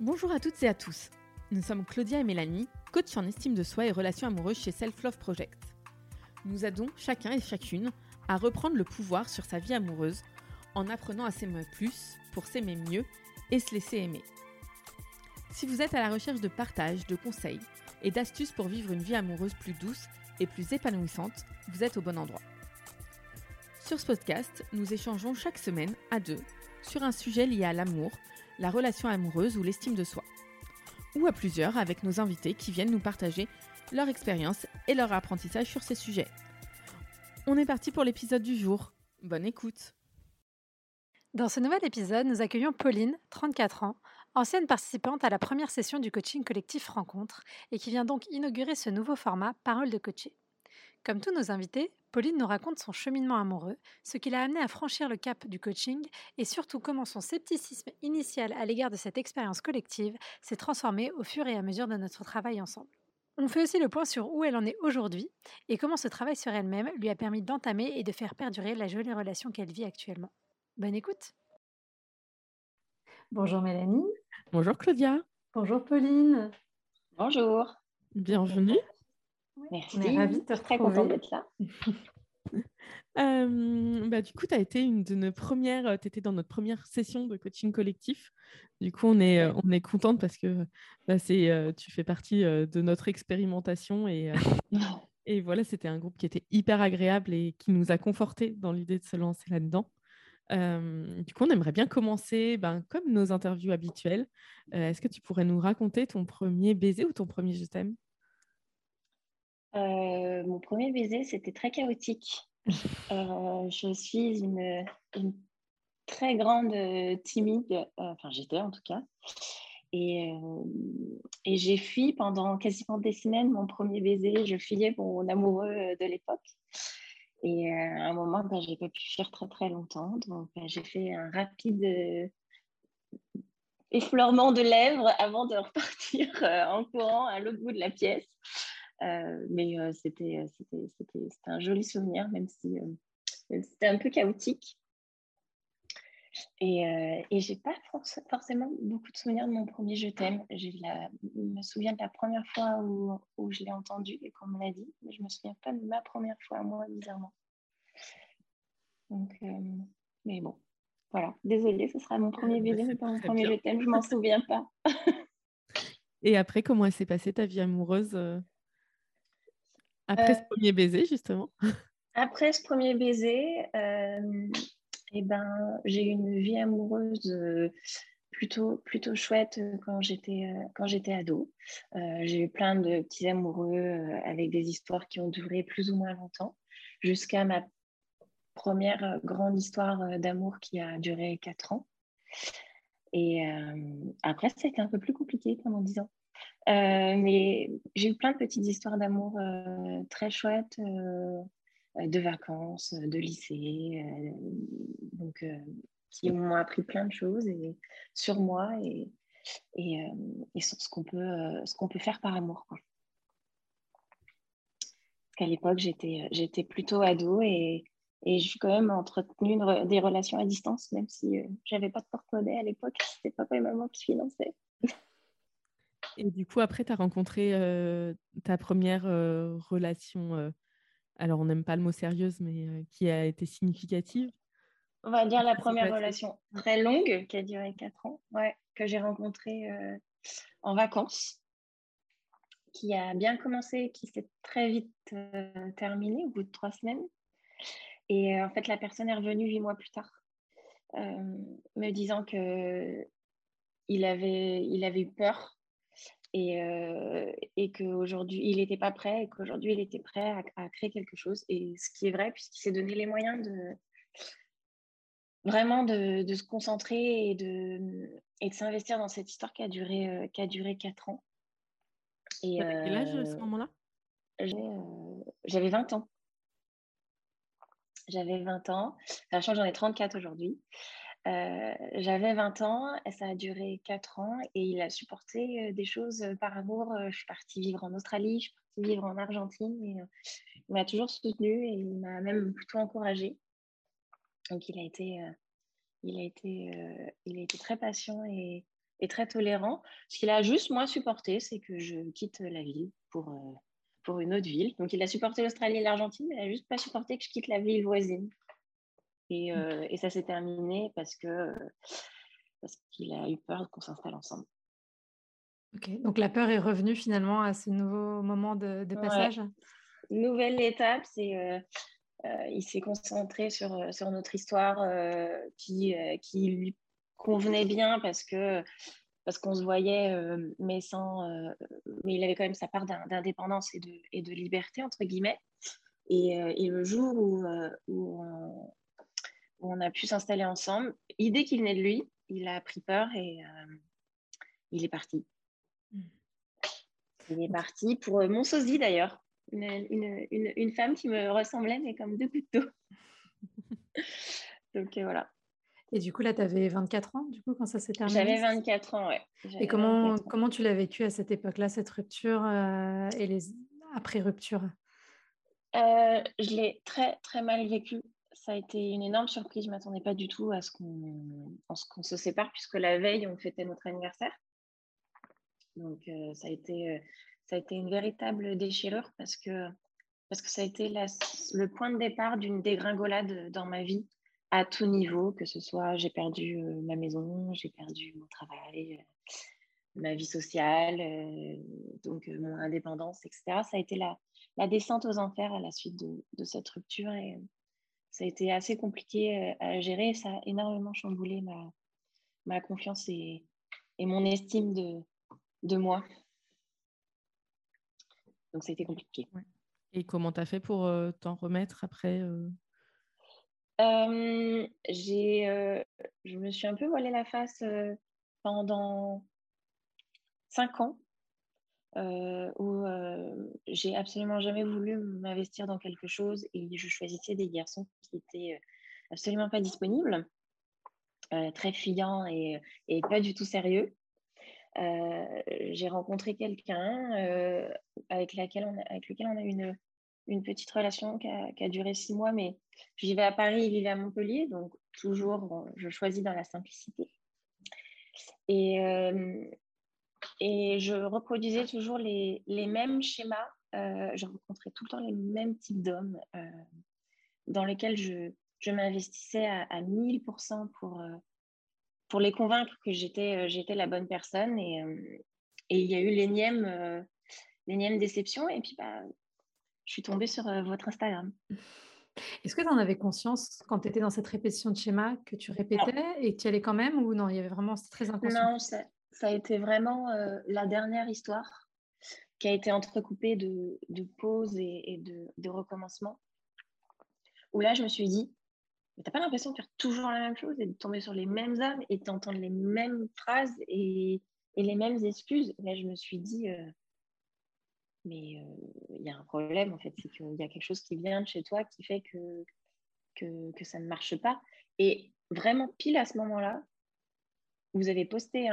Bonjour à toutes et à tous. Nous sommes Claudia et Mélanie, coach en estime de soi et relations amoureuses chez Self Love Project. Nous aidons chacun et chacune à reprendre le pouvoir sur sa vie amoureuse en apprenant à s'aimer plus pour s'aimer mieux et se laisser aimer. Si vous êtes à la recherche de partage, de conseils et d'astuces pour vivre une vie amoureuse plus douce et plus épanouissante, vous êtes au bon endroit. Sur ce podcast, nous échangeons chaque semaine à deux sur un sujet lié à l'amour, la relation amoureuse ou l'estime de soi. Ou à plusieurs avec nos invités qui viennent nous partager leur expérience et leur apprentissage sur ces sujets. On est parti pour l'épisode du jour. Bonne écoute. Dans ce nouvel épisode, nous accueillons Pauline, 34 ans, ancienne participante à la première session du coaching collectif Rencontre et qui vient donc inaugurer ce nouveau format Parole de coachée. Comme tous nos invités, Pauline nous raconte son cheminement amoureux, ce qui l'a amené à franchir le cap du coaching et surtout comment son scepticisme initial à l'égard de cette expérience collective s'est transformé au fur et à mesure de notre travail ensemble. On fait aussi le point sur où elle en est aujourd'hui et comment ce travail sur elle-même lui a permis d'entamer et de faire perdurer la jolie relation qu'elle vit actuellement. Bonne écoute. Bonjour Mélanie. Bonjour Claudia. Bonjour Pauline. Bonjour. Bienvenue. Merci. On est ravis de te très contente retrouver. d'être là. Du coup, tu as été t'étais dans notre première session de coaching collectif. Du coup, on est contente parce que tu fais partie de notre expérimentation et voilà, c'était un groupe qui était hyper agréable et qui nous a confortés dans l'idée de se lancer là-dedans. Du coup, on aimerait bien commencer comme nos interviews habituelles. Est-ce que tu pourrais nous raconter ton premier baiser ou ton premier je t'aime? Mon premier baiser, c'était très chaotique. Je suis une très grande timide, enfin j'étais en tout cas, et, euh, et j'ai fui pendant quasiment des semaines mon premier baiser. Je fuyais mon amoureux de l'époque. Et à un moment, j'ai pas pu fuir très très longtemps, donc j'ai fait un rapide effleurement de lèvres avant de repartir en courant à l'autre bout de la pièce. Mais c'était un joli souvenir, même si c'était un peu chaotique. Et j'ai pas forcément beaucoup de souvenirs de mon premier je t'aime. Je me souviens de la première fois où je l'ai entendu et qu'on me l'a dit, mais je me souviens pas de ma première fois à moi, bizarrement. Donc, mais bon, voilà. Désolée, ce sera mon premier baiser, mais pas mon premier je t'aime. Je m'en souviens pas. Et après, comment elle s'est passée ta vie amoureuse après ce premier baiser, justement? Après ce premier baiser, j'ai eu une vie amoureuse plutôt chouette quand j'étais ado. J'ai eu plein de petits amoureux avec des histoires qui ont duré plus ou moins longtemps, jusqu'à ma première grande histoire d'amour qui a duré 4 ans. Et après, ça a été un peu plus compliqué pendant 10 ans. Mais j'ai eu plein de petites histoires d'amour très chouettes, de vacances, de lycée, qui m'ont appris plein de choses sur moi et sur ce qu'on peut faire par amour, quoi. Parce qu'à l'époque, j'étais plutôt ado et j'ai quand même entretenu des relations à distance, même si j'avais pas de porte-monnaie à l'époque. C'était papa et maman qui finançaient. Et du coup, après, tu as rencontré ta première relation, alors on n'aime pas le mot sérieuse, mais qui a été significative. On va dire la Ça s'est première passé. relation très longue qui a duré 4 ans, ouais, que j'ai rencontrée en vacances, qui a bien commencé, qui s'est très vite terminée au bout de 3 semaines. Et en fait, la personne est revenue 8 mois plus tard, me disant que il avait eu peur et qu'aujourd'hui, il n'était pas prêt et qu'aujourd'hui, il était prêt à créer quelque chose. Et ce qui est vrai, puisqu'il s'est donné les moyens vraiment de se concentrer et de s'investir dans cette histoire qui a duré 4 ans. Et T'avais quel âge à ce moment-là? j'avais 20 ans. J'avais 20 ans, sachant que j'en ai 34 aujourd'hui. J'avais 20 ans, et ça a duré 4 ans et il a supporté des choses par amour. Je suis partie vivre en Australie, je suis partie vivre en Argentine et il m'a toujours soutenue et il m'a même plutôt encouragée. Donc il a été très patient et est très tolérant. Ce qu'il a juste moins supporté, c'est que je quitte la ville pour une autre ville. Donc, il a supporté l'Australie et l'Argentine, mais il n'a juste pas supporté que je quitte la ville voisine. Et ça s'est terminé parce qu'il a eu peur qu'on s'installe ensemble. Ok, donc la peur est revenue finalement à ce nouveau moment de Ouais. passage. Nouvelle étape, il s'est concentré sur notre histoire qui lui convenait bien parce qu'on se voyait, mais il avait quand même sa part d'indépendance et de liberté, entre guillemets. Et le jour où on a pu s'installer ensemble, idée qui venait de lui, il a pris peur et il est parti. Il est parti pour Monsosie d'ailleurs, une femme qui me ressemblait, mais comme deux couteaux. Donc voilà. Et du coup, là, tu avais 24 ans, du coup, quand ça s'est terminé. J'avais 24 ans, ouais. Et J'avais 24 ans. comment tu l'as vécu à cette époque-là, cette rupture et les après-ruptures? Je l'ai très, très mal vécu. Ça a été une énorme surprise. Je ne m'attendais pas du tout à ce qu'on se sépare, puisque la veille, on fêtait notre anniversaire. Donc, ça a été une véritable déchirure parce que ça a été le point de départ d'une dégringolade dans ma vie à tout niveau, que ce soit j'ai perdu ma maison, j'ai perdu mon travail, ma vie sociale, donc mon indépendance, etc. Ça a été la descente aux enfers à la suite de cette rupture et ça a été assez compliqué à gérer et ça a énormément chamboulé ma confiance et mon estime de moi. Donc, ça a été compliqué. Ouais. Et comment tu as fait pour t'en remettre après Je me suis un peu voilé la face pendant 5 ans où j'ai absolument jamais voulu m'investir dans quelque chose et je choisissais des garçons qui étaient absolument pas disponibles, très fuyants et pas du tout sérieux. J'ai rencontré quelqu'un avec lequel on a eu une petite relation qui a duré 6 mois, mais je vivais à Paris, il vivait à Montpellier, donc toujours, bon, je choisis dans la simplicité. Et je reproduisais toujours les mêmes schémas. Je rencontrais tout le temps les mêmes types d'hommes dans lesquels je m'investissais à 1000% pour les convaincre que j'étais la bonne personne. Et il y a eu l'énième déception. Et puis, je suis tombée sur votre Instagram. Est-ce que tu en avais conscience quand tu étais dans cette répétition de schéma que tu répétais Non, et que tu y allais quand même ou non, il y avait vraiment, c'était très inconscient? non, ça a été vraiment la dernière histoire qui a été entrecoupée de pauses et de recommencements. Où là, je me suis dit, mais t'as pas l'impression de faire toujours la même chose et de tomber sur les mêmes hommes et d'entendre les mêmes phrases et les mêmes excuses. Là, je me suis dit, mais il y a un problème en fait, c'est qu'il y a quelque chose qui vient de chez toi qui fait que ça ne marche pas. Et vraiment, pile à ce moment-là, vous avez posté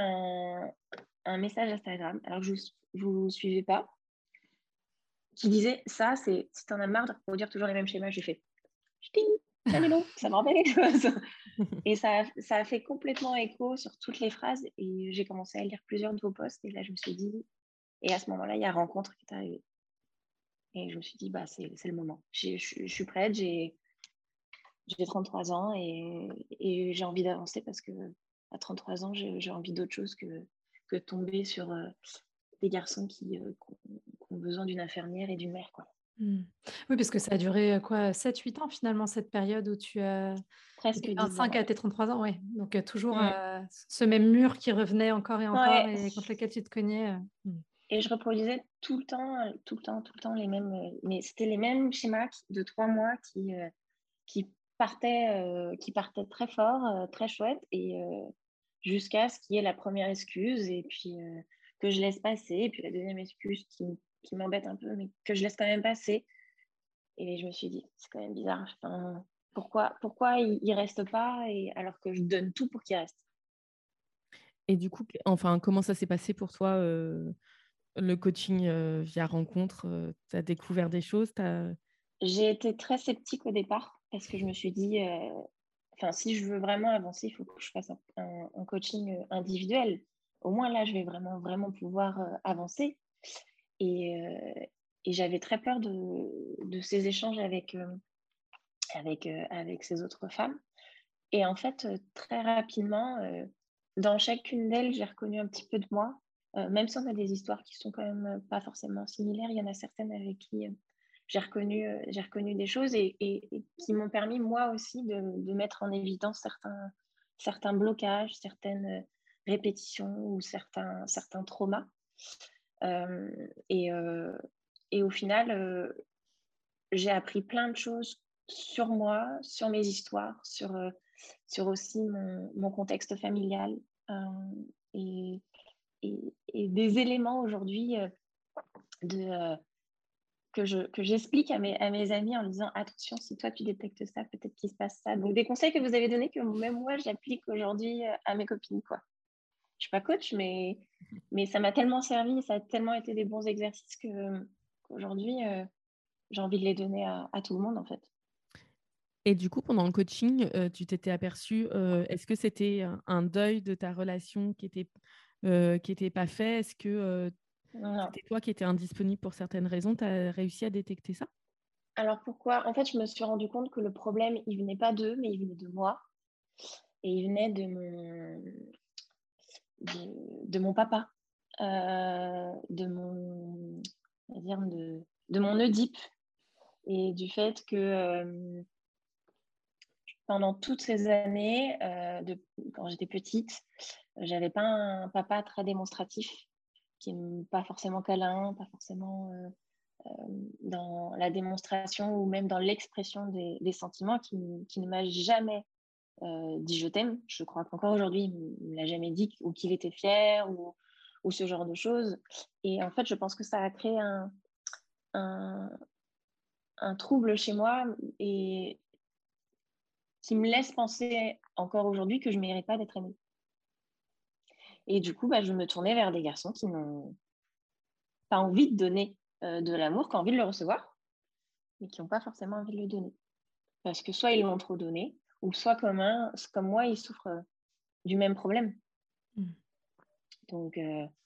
un message Instagram, alors que je ne vous suivais pas, qui disait ça, c'est si t'en as marre de reproduire toujours les mêmes schémas, j'ai fait ch'ting, salut non, ça me rappelle quelque chose. Et ça a fait complètement écho sur toutes les phrases et j'ai commencé à lire plusieurs de vos posts et là je me suis dit, et à ce moment-là, il y a rencontre qui est arrivée. Et je me suis dit, c'est le moment. Je suis prête, j'ai 33 ans et j'ai envie d'avancer parce que à 33 ans, j'ai envie d'autre chose que tomber sur des garçons qui ont besoin d'une infirmière et d'une mère, quoi. Oui, parce que ça a duré quoi, 7-8 ans finalement, cette période où tu as de Presque tes 10 ans, 25 à ouais. tes 33 ans, ouais. Donc toujours Mm. ce même mur qui revenait encore Ouais. et contre lequel tu te cognais. Et je reproduisais tout le temps les mêmes, mais c'était les mêmes schémas de 3 mois qui partaient très fort, très chouette, et jusqu'à ce qu'il y ait la première excuse, et puis que je laisse passer, et puis la deuxième excuse qui m'embête un peu, mais que je laisse quand même passer. Et je me suis dit, c'est quand même bizarre. Enfin, pourquoi il reste pas, et alors que je donne tout pour qu'il reste. Et du coup, enfin, comment ça s'est passé pour toi, le coaching via rencontre tu as découvert des choses J'ai été très sceptique au départ parce que je me suis dit, enfin, si je veux vraiment avancer, il faut que je fasse un coaching individuel. au moins là, je vais vraiment, vraiment pouvoir avancer. Et, euh, et j'avais très peur de ces échanges avec ces autres femmes. Et en fait, très rapidement, dans chacune d'elles, j'ai reconnu un petit peu de moi. Même si on a des histoires qui sont quand même pas forcément similaires, il y en a certaines avec qui j'ai reconnu des choses et qui m'ont permis, moi aussi, de mettre en évidence certains blocages, certaines répétitions ou certains traumas. Euh, et, euh, et au final, j'ai appris plein de choses sur moi, sur mes histoires, sur aussi mon contexte familial euh, et, et des éléments aujourd'hui de, euh, que j'explique à mes amis en disant attention, si toi tu détectes ça, peut-être qu'il se passe ça. Donc des conseils que vous avez donnés que même moi j'applique aujourd'hui à mes copines, quoi. Je suis pas coach, mais ça m'a tellement servi, ça a tellement été des bons exercices qu'aujourd'hui j'ai envie de les donner à tout le monde en fait. Et du coup, pendant le coaching, tu t'étais aperçue, est-ce que c'était un deuil de ta relation qui était pas fait? Est-ce que Non. c'était toi qui étais indisponible pour certaines raisons? Tu as réussi à détecter ça? Alors pourquoi? En fait, je me suis rendu compte que le problème, il venait pas d'eux, mais il venait de moi. Et il venait de mon papa, on va dire de mon Oedipe. Et du fait que pendant toutes ces années, quand j'étais petite, j'avais pas un papa très démonstratif, qui n'est pas forcément câlin, pas forcément dans la démonstration ou même dans l'expression des sentiments, qui ne m'a jamais dit je t'aime. Je crois qu'encore aujourd'hui, il ne me l'a jamais dit, ou qu'il était fier, ou ce genre de choses. Et en fait, je pense que ça a créé un, un trouble chez moi et qui me laisse penser encore aujourd'hui que je ne mérite pas d'être aimée. Et du coup, bah, je me tournais vers des garçons qui n'ont pas envie de donner de l'amour, qui ont envie de le recevoir, mais qui n'ont pas forcément envie de le donner. Parce que soit ils l'ont trop donné, ou soit comme moi, ils souffrent du même problème. Mm. Donc,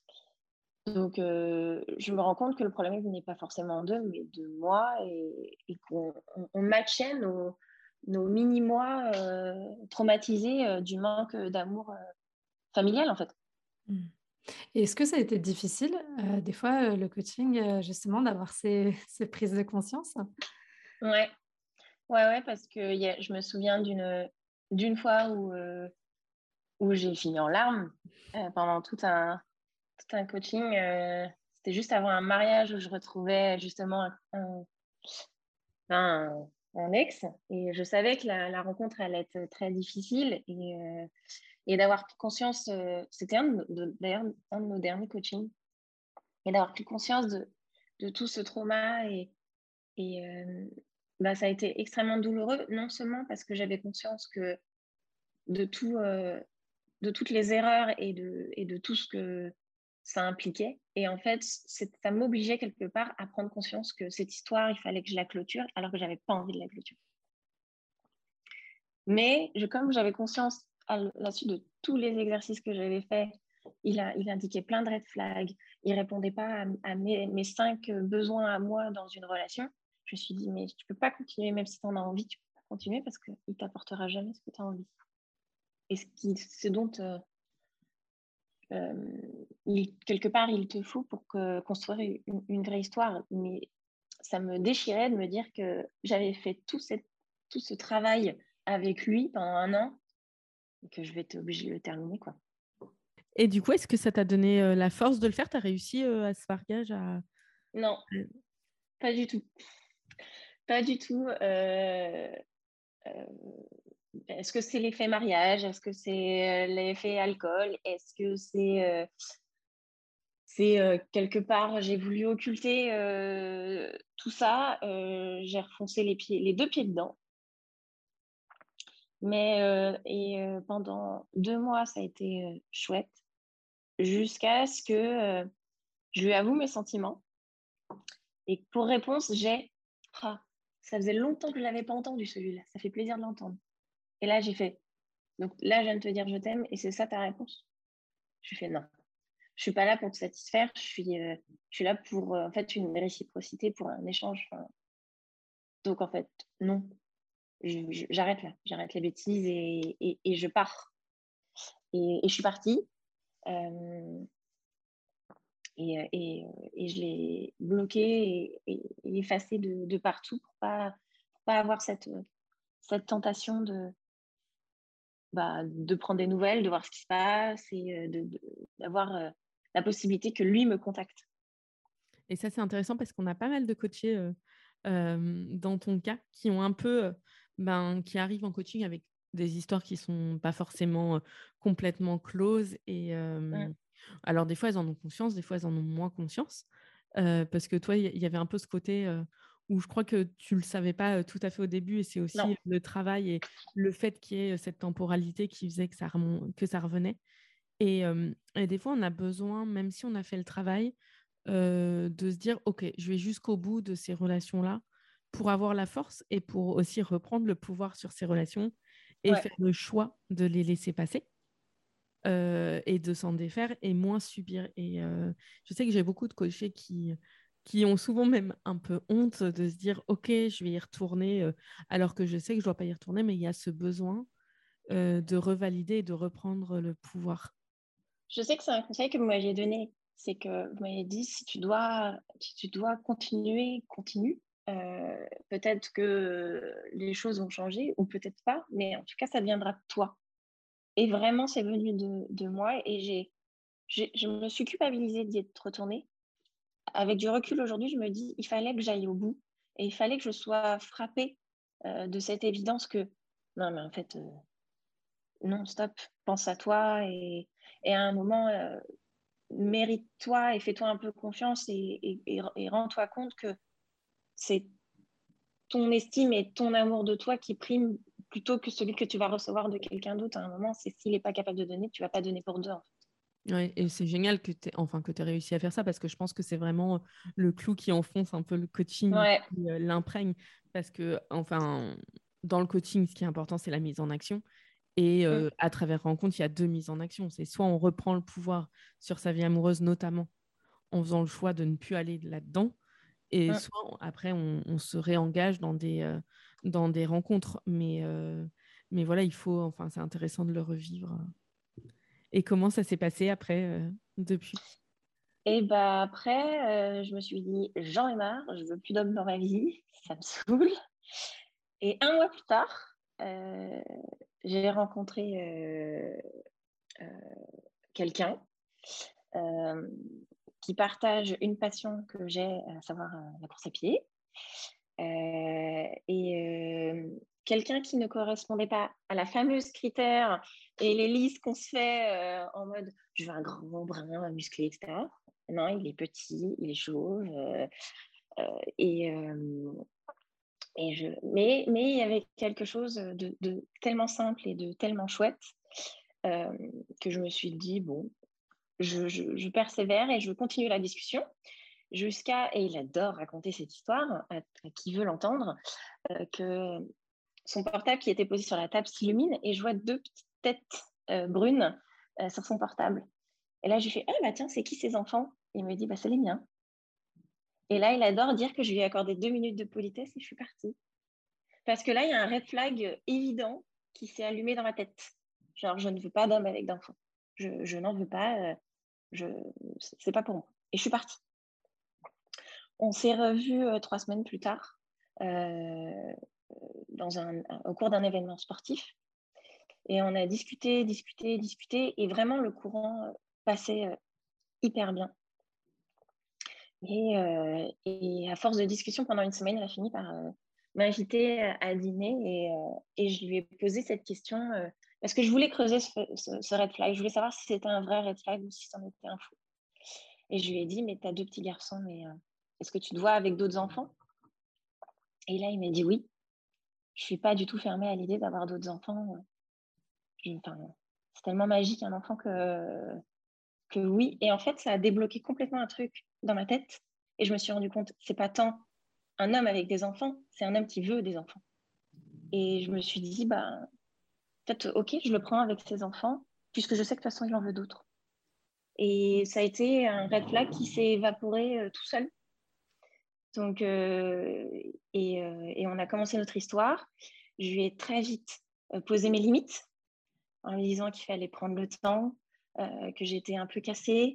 je me rends compte que le problème n'est pas forcément d'eux, mais de moi, et qu'on matchait nos mini-mois traumatisés du manque d'amour familial, en fait. Mm. Et est-ce que ça a été difficile, des fois, le coaching, justement, d'avoir ces prises de conscience? Ouais, ouais, parce que je me souviens d'une fois où j'ai fini en larmes pendant tout un coaching. C'était juste avant un mariage où je retrouvais justement un ex. Et je savais que la rencontre allait être très difficile. Et d'avoir pris conscience, c'était d'ailleurs un de nos derniers coachings, et d'avoir pris conscience de tout ce trauma. Et bah, ça a été extrêmement douloureux, non seulement parce que j'avais conscience que de tout, de toutes les erreurs et de tout ce que ça impliquait. Et en fait, ça m'obligeait quelque part à prendre conscience que cette histoire, il fallait que je la clôture, alors que j'avais pas envie de la clôturer. Mais comme j'avais conscience à la suite de tous les exercices que j'avais faits, il indiquait plein de red flags, il répondait pas à mes 5 besoins à moi dans une relation. Je me suis dit, mais tu peux pas continuer, même si tu en as envie, tu peux pas continuer parce qu'il t'apportera jamais ce que tu as envie. Et ce dont quelque part il te faut pour construire une vraie histoire. Mais ça me déchirait de me dire que j'avais fait tout ce travail avec lui pendant un an et que je vais être obligée de le terminer, quoi. Et du coup, est-ce que ça t'a donné la force de le faire? Tu as réussi à ce mariage Non, pas du tout. Pas du tout. Euh, Est-ce que c'est l'effet mariage? Est-ce que c'est l'effet alcool? Est-ce que c'est quelque part, j'ai voulu occulter tout ça. J'ai refoncé les 2 pieds dedans. Mais pendant 2 mois, ça a été chouette, jusqu'à ce que je lui avoue mes sentiments. Et pour réponse, ah, ça faisait longtemps que je ne l'avais pas entendu celui-là. Ça fait plaisir de l'entendre. Et là, j'ai fait, donc là, je viens de te dire je t'aime et c'est ça ta réponse? Je fais non. Je suis pas là pour te satisfaire. Je suis là pour en fait une réciprocité, pour un échange. Enfin, donc en fait, non, j'arrête là. J'arrête les bêtises et je pars. Et je suis partie. Euh, et je l'ai bloqué et effacé de partout pour pas avoir cette tentation de prendre des nouvelles, de voir ce qui se passe et d'avoir la possibilité que lui me contacte. Et ça, c'est intéressant parce qu'on a pas mal de coachés dans ton cas qui ont un peu, qui arrivent en coaching avec des histoires qui sont pas forcément complètement closes. Et alors, des fois, elles en ont conscience, des fois, elles en ont moins conscience. Parce que toi, il y avait un peu ce côté où je crois que tu le savais pas tout à fait au début. Et c'est Non, aussi le travail et le fait qu'il y ait cette temporalité qui faisait que que ça revenait. Et des fois, on a besoin, même si on a fait le travail, de se dire, OK, je vais jusqu'au bout de ces relations-là pour avoir la force et pour aussi reprendre le pouvoir sur ces relations et ouais. faire le choix de les laisser passer et de s'en défaire et moins subir. Et je sais que j'ai beaucoup de coachés qui ont souvent même un peu honte de se dire, OK, je vais y retourner, alors que je sais que je ne dois pas y retourner, mais il y a ce besoin de revalider et de reprendre le pouvoir. Je sais que c'est un conseil que vous m'aviez donné. C'est que vous m'avez dit, si tu dois continuer, continue. Peut-être que les choses vont changer ou peut-être pas, mais en tout cas, ça viendra de toi. Et vraiment, c'est venu de moi et je me suis culpabilisée d'y être retournée. Avec du recul aujourd'hui, je me dis, il fallait que j'aille au bout et il fallait que je sois frappée de cette évidence que, non, mais en fait, non, stop, pense à toi et à un moment, mérite-toi et fais-toi un peu confiance et rends-toi compte que c'est ton estime et ton amour de toi qui prime plutôt que celui que tu vas recevoir de quelqu'un d'autre. À un moment, c'est s'il n'est pas capable de donner, tu vas pas donner pour deux, en fait. Ouais, et c'est génial que tu aies réussi à faire ça parce que je pense que c'est vraiment le clou qui enfonce un peu le coaching, Ouais. qui l'imprègne. Parce que, enfin, dans le coaching, ce qui est important, c'est la mise en action. Et Mm, à travers rencontre, il y a deux mises en action. C'est soit on reprend le pouvoir sur sa vie amoureuse, notamment en faisant le choix de ne plus aller là-dedans, et mm. soit après on se réengage dans des rencontres. Mais voilà, il faut, enfin, c'est intéressant de le revivre. Et comment ça s'est passé après, depuis? Et bah après, je me suis dit, j'en ai marre, je veux plus d'hommes dans ma vie, ça me saoule. Et un mois plus tard, j'ai rencontré euh, quelqu'un euh, qui partage une passion que j'ai, à savoir la course à pied. Quelqu'un qui ne correspondait pas à la fameuse critère et les listes qu'on se fait en mode je veux un grand brun musclé, etc. Non, il est petit, il est chauve. Euh, et, euh, mais il y avait quelque chose de tellement simple et de tellement chouette euh, que je me suis dit, bon, je persévère et je continue la discussion et il adore raconter cette histoire à qui veut l'entendre, que son portable qui était posé sur la table s'illumine et je vois deux petites têtes brunes sur son portable. Et là, je lui fais, ah bah tiens, c'est qui ces enfants? Il me dit, bah c'est les miens. Et là, il adore dire que je lui ai accordé 2 minutes de politesse et je suis partie. Parce que là, il y a un red flag évident qui s'est allumé dans ma tête. Genre, je ne veux pas d'homme avec d'enfants. Je n'en veux pas. Je, c'est pas pour moi. Et je suis partie. On s'est revus 3 semaines plus tard au cours d'un événement sportif. Et on a discuté, discuté, discuté. Et vraiment, le courant passait hyper bien. Et à force de discussion pendant une semaine, elle a fini par m'inviter à dîner et je lui ai posé cette question parce que je voulais creuser ce red flag. Je voulais savoir si c'était un vrai red flag ou si c'en était un faux. Et je lui ai dit, mais tu as deux petits garçons, mais est-ce que tu te vois avec d'autres enfants? Et là, il m'a dit oui. Je suis pas du tout fermée à l'idée d'avoir d'autres enfants. Enfin, c'est tellement magique un enfant que oui. Et en fait, ça a débloqué complètement un truc dans ma tête. Et je me suis rendu compte, c'est pas tant un homme avec des enfants, c'est un homme qui veut des enfants. Et je me suis dit, bah, peut-être, ok, je le prends avec ses enfants, puisque je sais que de toute façon, il en veut d'autres. Et ça a été un red flag qui s'est évaporé tout seul. Donc, et on a commencé notre histoire. Je lui ai très vite posé mes limites en lui disant qu'il fallait prendre le temps, que j'étais un peu cassée,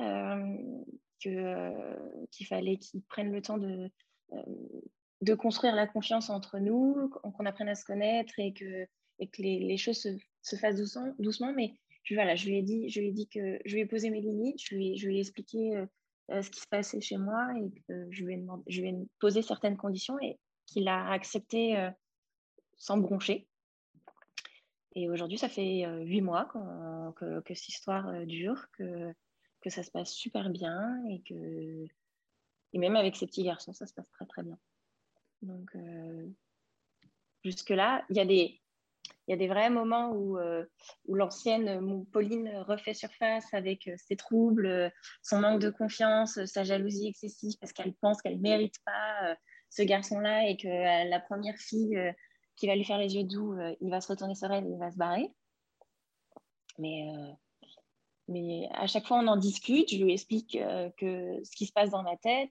qu'il fallait qu'il prenne le temps de construire la confiance entre nous, qu'on apprenne à se connaître et que les choses se fassent doucement. Mais voilà, je lui ai dit que je lui ai posé mes limites, je lui ai expliqué ce qui se passait chez moi et que je lui ai posé certaines conditions et qu'il a accepté sans broncher. Et aujourd'hui, ça fait 8 mois que cette histoire dure, que ça se passe super bien et même avec ces petits garçons, ça se passe très très bien. Donc jusque-là, il y a des vrais moments où l'ancienne Pauline refait surface avec ses troubles, son manque de confiance, sa jalousie excessive parce qu'elle pense qu'elle ne mérite pas ce garçon-là et que la première fille qui va lui faire les yeux doux, il va se retourner sur elle et il va se barrer. Mais à chaque fois, on en discute. Je lui explique ce qui se passe dans ma tête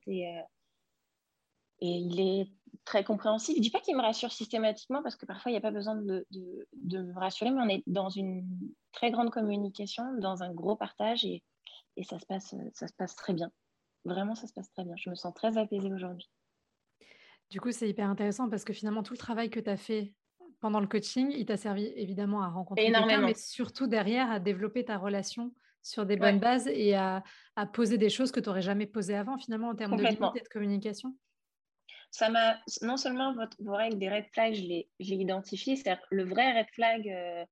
et il est très compréhensif. Je ne dis pas qu'il me rassure systématiquement parce que parfois, il n'y a pas besoin de me rassurer, mais on est dans une très grande communication, dans un gros partage et ça se passe très bien. Vraiment, ça se passe très bien. Je me sens très apaisée aujourd'hui. Du coup, c'est hyper intéressant parce que finalement, tout le travail que tu as fait pendant le coaching, il t'a servi évidemment à rencontrer quelqu'un, mais Énormément. surtout derrière à développer ta relation sur des bonnes Ouais, bases et à poser des choses que tu n'aurais jamais posées avant, finalement, en termes de limites et complètement. de communication. Ça m'a non seulement vos règles des red flags, je l'ai identifié, c'est-à-dire le vrai red flag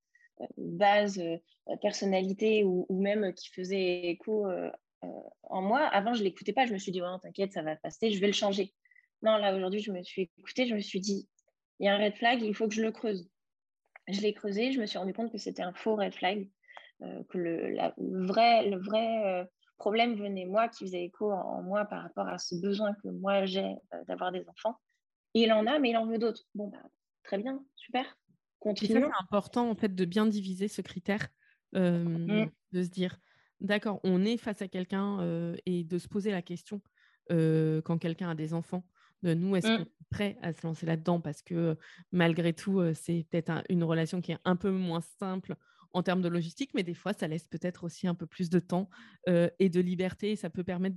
base personnalité ou même qui faisait écho en moi. Avant, je l'écoutais pas, je me suis dit, ouais, t'inquiète, ça va passer, je vais le changer. Non, là, aujourd'hui, je me suis écoutée, je me suis dit, il y a un red flag, il faut que je le creuse. Je l'ai creusé, je me suis rendu compte que c'était un faux red flag, que le vrai problème venait moi, qui faisait écho en moi par rapport à ce besoin que moi j'ai d'avoir des enfants. Et il en a, mais il en veut d'autres. Bon, bah, très bien, super, Et ça, c'est continuons. important en fait de bien diviser ce critère, Mm, de se dire, d'accord, on est face à quelqu'un et de se poser la question quand quelqu'un a des enfants, de nous, est-ce qu'on mm, est prêt à se lancer là-dedans parce que malgré tout, c'est peut-être une relation qui est un peu moins simple en termes de logistique, mais des fois, ça laisse peut-être aussi un peu plus de temps et de liberté. Ça peut permettre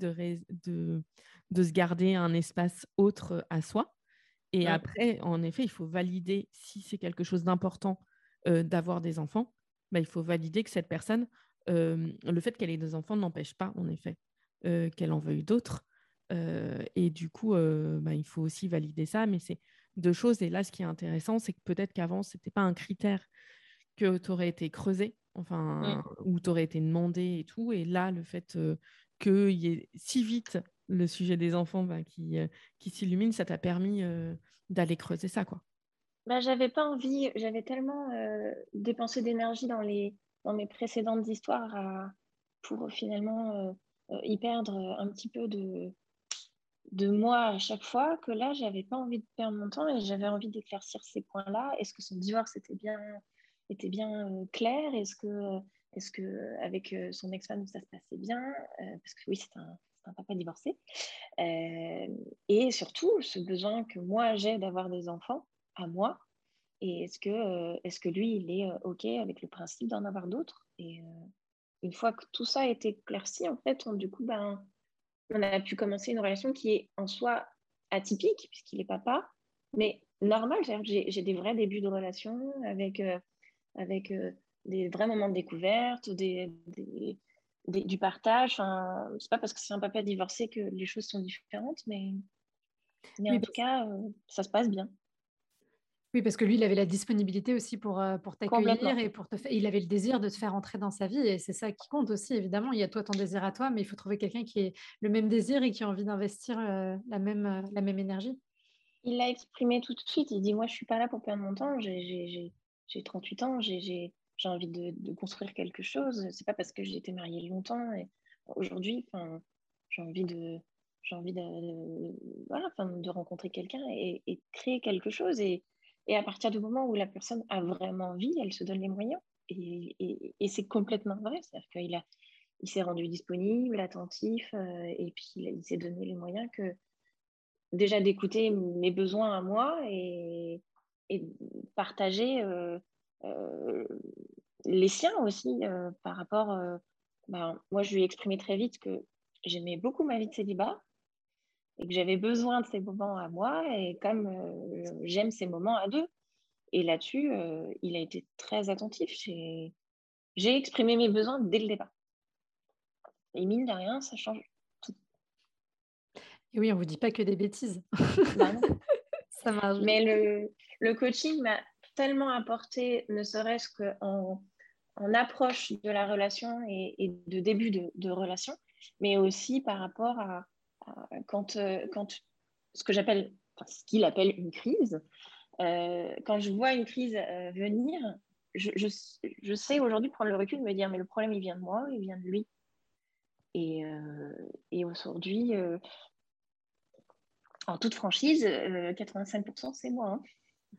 de se garder un espace autre à soi. Et mm. après, en effet, il faut valider si c'est quelque chose d'important d'avoir des enfants. Bah, il faut valider que cette personne, le fait qu'elle ait des enfants n'empêche pas, en effet, qu'elle en veuille d'autres. Et du coup, bah, il faut aussi valider ça. Mais c'est deux choses. Et là, ce qui est intéressant, c'est que peut-être qu'avant, ce n'était pas un critère que tu aurais été creusé, enfin, Mm. ou tu aurais été demandé et tout. Et là, le fait qu'il y ait si vite le sujet des enfants bah, qui s'illumine, ça t'a permis d'aller creuser ça, quoi. Bah, j'avais pas envie, j'avais tellement dépensé d'énergie dans mes précédentes histoires pour finalement y perdre un petit peu de moi à chaque fois que là, j'avais pas envie de perdre mon temps et j'avais envie d'éclaircir ces points-là. Est-ce que son divorce était bien clair? Est-ce que avec son ex-femme, ça se passait bien? Parce que oui, c'est un papa divorcé. Euh, et surtout, ce besoin que moi j'ai d'avoir des enfants à moi. Et est-ce que lui, il est OK avec le principe d'en avoir d'autres? Et une fois que tout ça a été éclairci, en fait, du coup, ben, on a pu commencer une relation qui est en soi atypique, puisqu'il est papa, mais normal. C'est-à-dire que j'ai des vrais débuts de relation avec des vrais moments de découverte, du partage. Enfin, c'est pas parce que c'est un papa divorcé que les choses sont différentes, mais Oui, en tout cas, ça se passe bien. oui, parce que lui, il avait la disponibilité aussi pour t'accueillir Complètement. et il avait le désir de te faire entrer dans sa vie. Et c'est ça qui compte aussi, évidemment. Il y a toi ton désir à toi, mais il faut trouver quelqu'un qui ait le même désir et qui a envie d'investir la même énergie. Il l'a exprimé tout de suite. Il dit, moi, je suis pas là pour perdre mon temps. J'ai 38 ans. J'ai envie de construire quelque chose. C'est pas parce que j'ai été mariée longtemps. Et aujourd'hui, enfin, j'ai envie de, voilà, enfin, de rencontrer quelqu'un et de créer quelque chose. Et à partir du moment où la personne a vraiment envie, elle se donne les moyens. Et c'est complètement vrai. C'est-à-dire qu'il il s'est rendu disponible, attentif, et puis il s'est donné les moyens déjà d'écouter mes besoins à moi et de partager les siens aussi par rapport. Moi, je lui ai exprimé très vite que j'aimais beaucoup ma vie de célibat et que j'avais besoin de ces moments à moi et comme j'aime ces moments à deux. Et là-dessus, il a été très attentif. J'ai exprimé mes besoins dès le départ. Et mine de rien, ça change tout. Et oui, on vous dit pas que des bêtises. Bah non. Ça marche. Mais le coaching m'a tellement apporté, ne serait-ce qu'en en approche de la relation et de début de relation, mais aussi par rapport à quand ce que j'appelle, ce qu'il appelle une crise, quand je vois une crise venir, je sais aujourd'hui prendre le recul, me dire, mais le problème, il vient de moi, il vient de lui. Et aujourd'hui, en toute franchise, 85%, c'est moi. Hein.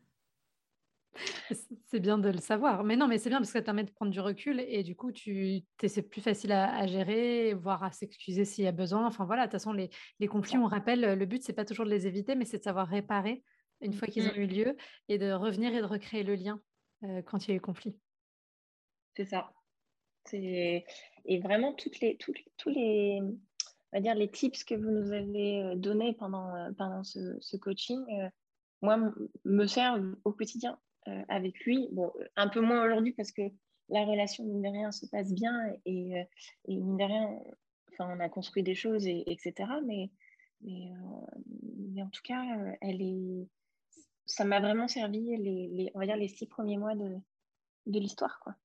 C'est bien de le savoir. Mais non, mais c'est bien parce que ça te permet de prendre du recul et du coup, c'est plus facile à gérer, voire à s'excuser s'il y a besoin. Enfin voilà, de toute façon, les conflits, on rappelle, le but, c'est pas toujours de les éviter, mais c'est de savoir réparer une fois qu'ils ont eu lieu et de revenir et de recréer le lien quand il y a eu conflit. C'est ça. Et vraiment, tous les, on va dire, les tips que vous nous avez donnés pendant ce coaching, moi, me servent au quotidien avec lui. Bon, un peu moins aujourd'hui parce que la relation, mine de rien, se passe bien et mine de rien, enfin, on a construit des choses, etc. Mais en tout cas, ça m'a vraiment servi on va dire, les 6 premiers mois de l'histoire, quoi.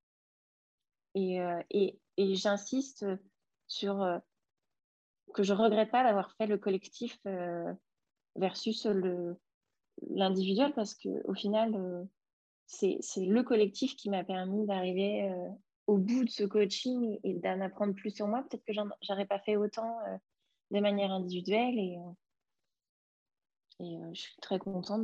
Et j'insiste sur que je regrette pas d'avoir fait le collectif versus l'individuel parce que au final, c'est le collectif qui m'a permis d'arriver au bout de ce coaching et d'en apprendre plus sur moi. Peut-être que j'aurais pas fait autant de manière individuelle et je suis très contente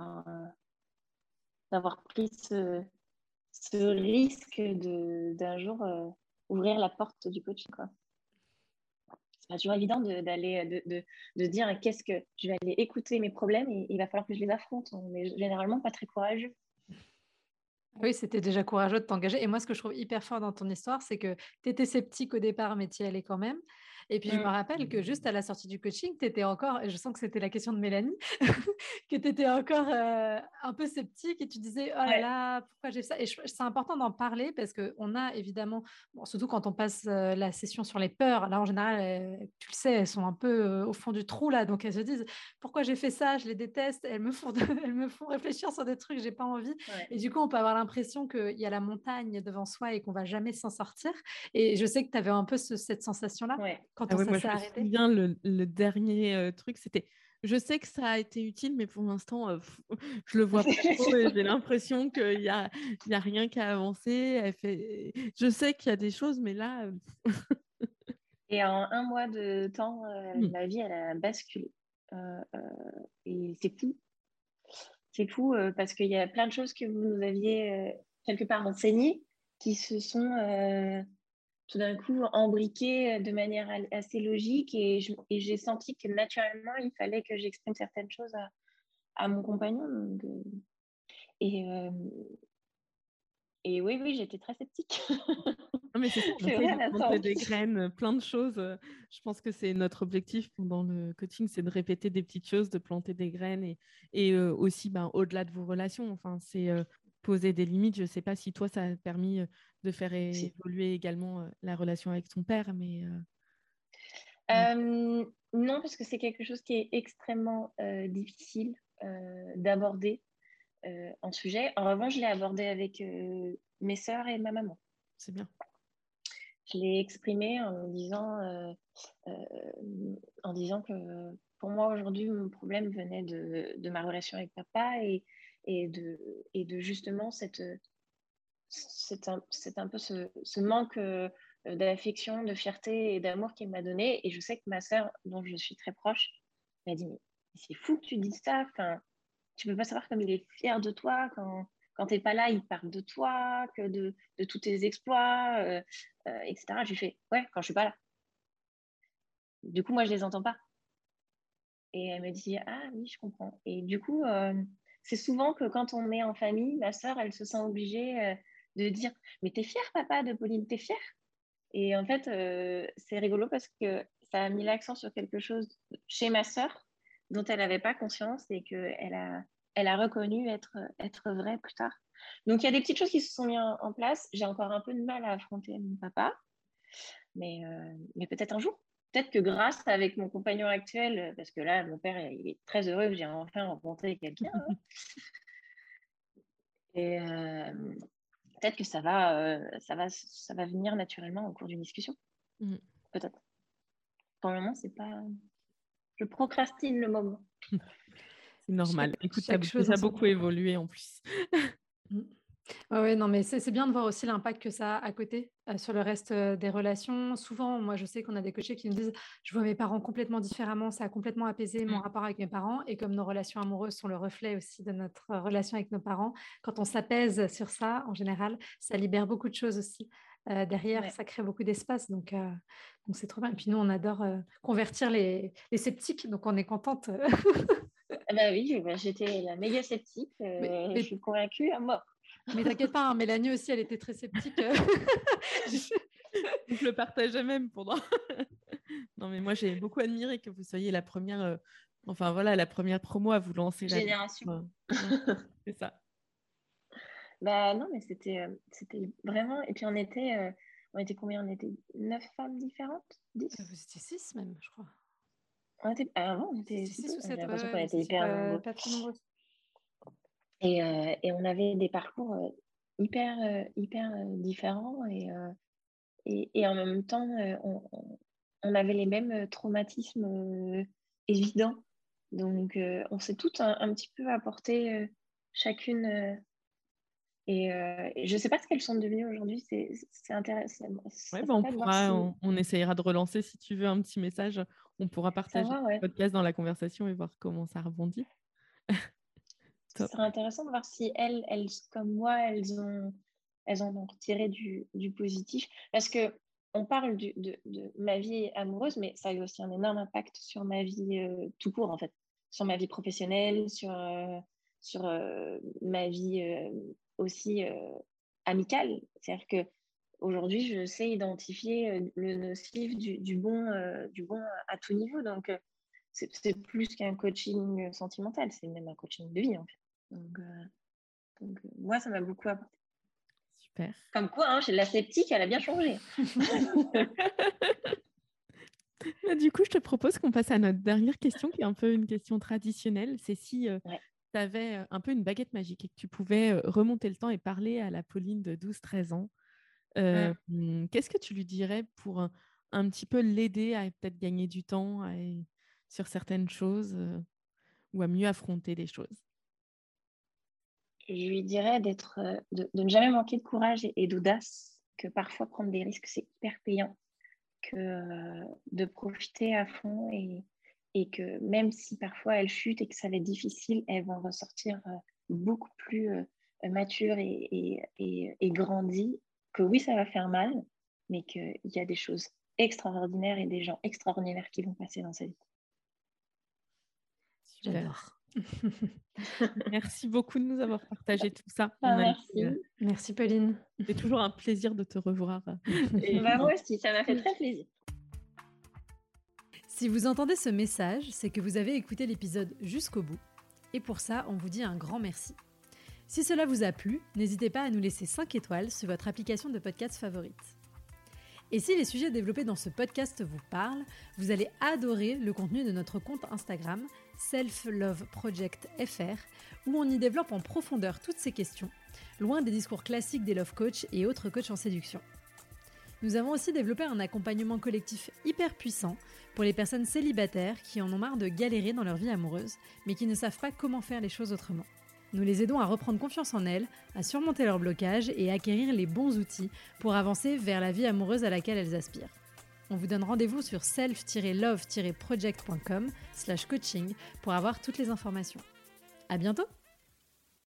d'avoir pris ce risque d'un jour ouvrir la porte du coaching, quoi. C'est pas toujours évident d'aller de dire qu'est-ce que je vais aller écouter mes problèmes et il va falloir que je les affronte. On n'est généralement pas très courageux. Oui, c'était déjà courageux de t'engager. Et moi, ce que je trouve hyper fort dans ton histoire, c'est que tu étais sceptique au départ, mais tu y allais quand même. Et puis, je me rappelle que juste à la sortie du coaching, tu étais encore, et je sens que c'était la question de Mélanie, que tu étais encore un peu sceptique et tu disais, oh là Ouais. là, pourquoi j'ai fait ça? Et c'est important d'en parler parce qu'on a évidemment, bon, surtout quand on passe la session sur les peurs, là en général, tu le sais, elles sont un peu au fond du trou là, donc elles se disent, pourquoi j'ai fait ça? Je les déteste, elles me font, elles me font réfléchir sur des trucs que j'ai pas envie. Ouais. Et du coup, on peut avoir l'impression qu'il y a la montagne devant soi et qu'on va jamais s'en sortir. Et je sais que tu avais un peu cette sensation-là Ouais. quand Ah ouais, ça moi, s'est je me arrêté. souviens, le dernier truc, c'était. Je sais que ça a été utile, mais pour l'instant, je le vois pas trop et j'ai l'impression qu'il y a rien qui a avancé. Je sais qu'il y a des choses, mais là. Et en un mois de temps, Hmm. ma vie, elle a basculé. Et c'est fou. C'est fou parce qu'il y a plein de choses que vous nous aviez quelque part enseignées qui se sont tout d'un coup embriquées de manière assez logique et j'ai senti que naturellement, il fallait que j'exprime certaines choses à mon compagnon. Et, euh, et oui, j'étais très sceptique. Non, mais c'est ça, on C'est essaye vrai à de la planter des sortie. graines, plein de choses. Je pense que c'est notre objectif pendant le coaching, c'est de répéter des petites choses, de planter des graines et aussi ben, au-delà de vos relations. Enfin, c'est poser des limites. Je ne sais pas si toi, ça a permis de faire Si. évoluer également la relation avec ton père, mais Non, parce que c'est quelque chose qui est extrêmement difficile d'aborder en sujet. En revanche, je l'ai abordé avec mes sœurs et ma maman. c'est bien. Je l'ai exprimé en disant que pour moi aujourd'hui, mon problème venait de ma relation avec papa et de justement c'est un peu ce manque d'affection, de fierté et d'amour qu'il m'a donné. Et je sais que ma sœur, dont je suis très proche, m'a dit, mais c'est fou que tu dises ça. Enfin, tu peux pas savoir comme il est fier de toi quand t'es pas là, ils parlent de toi, que de tous tes exploits, etc. Je lui fais, ouais, quand je suis pas là. Du coup, moi, je les entends pas. Et elle me dit, ah oui, je comprends. Et du coup, c'est souvent que quand on est en famille, ma sœur, elle se sent obligée de dire, mais t'es fière, papa, de Pauline, t'es fière? Et en fait, c'est rigolo parce que ça a mis l'accent sur quelque chose chez ma sœur dont elle n'avait pas conscience et elle a reconnu être vrai plus tard. Donc, il y a des petites choses qui se sont mises en place. J'ai encore un peu de mal à affronter mon papa, mais peut-être un jour. Peut-être que grâce avec mon compagnon actuel, parce que là, mon père, il est très heureux que j'ai enfin rencontré quelqu'un. Hein. Et peut-être que ça va venir naturellement au cours d'une discussion. Peut-être. Pour le moment, c'est pas. Je procrastine le moment. C'est normal. Écoute, tu as déjà beaucoup évolué en plus. Oui, non, mais c'est bien de voir aussi l'impact que ça a à côté sur le reste des relations. Souvent, moi, je sais qu'on a des coachés qui nous disent je vois mes parents complètement différemment, ça a complètement apaisé mon rapport avec mes parents. Et comme nos relations amoureuses sont le reflet aussi de notre relation avec nos parents, quand on s'apaise sur ça, en général, ça libère beaucoup de choses aussi. Derrière, ça crée beaucoup d'espace. Donc, c'est trop bien. Et puis, nous, on adore convertir les sceptiques. Donc, on est contente. Bah oui, j'étais la méga sceptique. Je suis convaincue à mort. Mais t'inquiète pas, hein, Mélanie aussi, elle était très sceptique. Je le partageais même pendant. Non, mais moi, j'ai beaucoup admiré que vous soyez la première, la première promo à vous lancer là. Génération. C'est ça. Bah non, mais c'était vraiment. Et puis on était combien? On était 9 femmes différentes? 10? Vous étiez 6 même, je crois. Avant, on était 6 ou 7. J'ai l'impression qu'on était hyper nombreux. Pas très nombreux. Et on avait des parcours hyper différents et en même temps, on avait les mêmes traumatismes évidents. Donc, on s'est toutes un petit peu apporté chacune. Et je ne sais pas ce qu'elles sont devenues aujourd'hui. C'est intéressant. On essayera de relancer si tu veux un petit message. On pourra partager le podcast dans la conversation et voir comment ça rebondit. Ce serait intéressant de voir si elles comme moi, elles en ont retiré du positif. Parce que on parle de ma vie amoureuse, mais ça a eu aussi un énorme impact sur ma vie tout court, en fait. Sur ma vie professionnelle, sur ma vie aussi amicale. C'est-à-dire que aujourd'hui, je sais identifier le nocif du bon à tout niveau. Donc, c'est plus qu'un coaching sentimental, c'est même un coaching de vie, en fait. Donc moi, ça m'a beaucoup apporté. Super. Comme quoi, chez la sceptique, elle a bien changé. Du coup, je te propose qu'on passe à notre dernière question, qui est un peu une question traditionnelle. C'est si tu avais un peu une baguette magique et que tu pouvais remonter le temps et parler à la Pauline de 12-13 ans. Qu'est-ce que tu lui dirais pour un petit peu l'aider à peut-être gagner du temps sur certaines choses ou à mieux affronter les choses? Je lui dirais de ne jamais manquer de courage et d'audace, que parfois prendre des risques, c'est hyper payant, que de profiter à fond et que même si parfois elles chutent et que ça va être difficile, elles vont ressortir beaucoup plus matures et grandies, que oui, ça va faire mal, mais qu'il y a des choses extraordinaires et des gens extraordinaires qui vont passer dans sa vie. J'adore. Merci beaucoup de nous avoir partagé tout ça. Merci Pauline. C'est toujours un plaisir de te revoir. Moi aussi, ça m'a fait très plaisir. Si vous entendez ce message, c'est que vous avez écouté l'épisode jusqu'au bout. Et pour ça, on vous dit un grand merci. Si cela vous a plu, n'hésitez pas à nous laisser 5 étoiles sur votre application de podcast favorite. Et si les sujets développés dans ce podcast vous parlent, vous allez adorer le contenu de notre compte Instagram selfloveprojectfr où on y développe en profondeur toutes ces questions, loin des discours classiques des love coachs et autres coachs en séduction. Nous avons aussi développé un accompagnement collectif hyper puissant pour les personnes célibataires qui en ont marre de galérer dans leur vie amoureuse, mais qui ne savent pas comment faire les choses autrement. Nous les aidons à reprendre confiance en elles, à surmonter leurs blocages et à acquérir les bons outils pour avancer vers la vie amoureuse à laquelle elles aspirent. On vous donne rendez-vous sur self-love-project.com/coaching pour avoir toutes les informations. À bientôt!